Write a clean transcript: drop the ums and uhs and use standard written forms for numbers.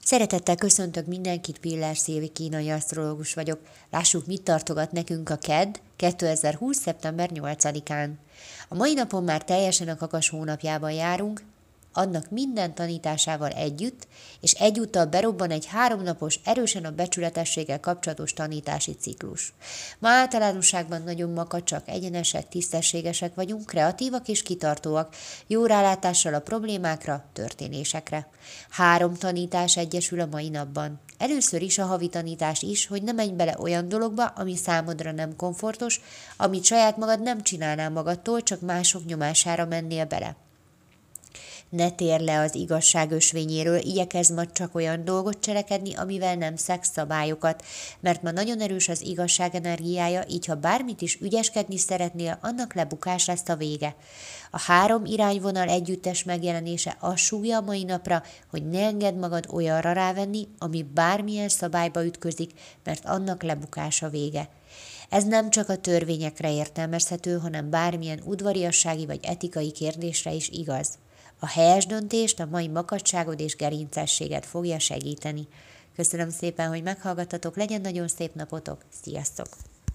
Szeretettel köszöntök mindenkit, Piller Szilvi kínai asztrológus vagyok. Lássuk, mit tartogat nekünk a KED 2020. szeptember 8-án. A mai napon már teljesen a Kakas hónapjában járunk, annak minden tanításával együtt, és egyúttal berobban egy 3 napos, erősen a becsületességgel kapcsolatos tanítási ciklus. Ma általánosságban nagyon makacsak, egyenesek, tisztességesek vagyunk, kreatívak és kitartóak, jó rálátással a problémákra, történésekre. 3 tanítás egyesül a mai napban. Először is a havi tanítás is, hogy ne menj bele olyan dologba, ami számodra nem komfortos, amit saját magad nem csinálnál magadtól, csak mások nyomására mennél bele. Ne térj le az igazság ösvényéről, igyekezz ma csak olyan dolgot cselekedni, amivel nem szegsz szabályokat, mert ma nagyon erős az igazság energiája, így ha bármit is ügyeskedni szeretnél, annak lebukás lesz a vége. A 3 irányvonal együttes megjelenése azt súgja a mai napra, hogy ne engedd magad olyanra rávenni, ami bármilyen szabályba ütközik, mert annak lebukás a vége. Ez nem csak a törvényekre értelmezhető, hanem bármilyen udvariassági vagy etikai kérdésre is igaz. A helyes döntést a mai makacságod és gerincességed fogja segíteni. Köszönöm szépen, hogy meghallgattatok, legyen nagyon szép napotok, sziasztok!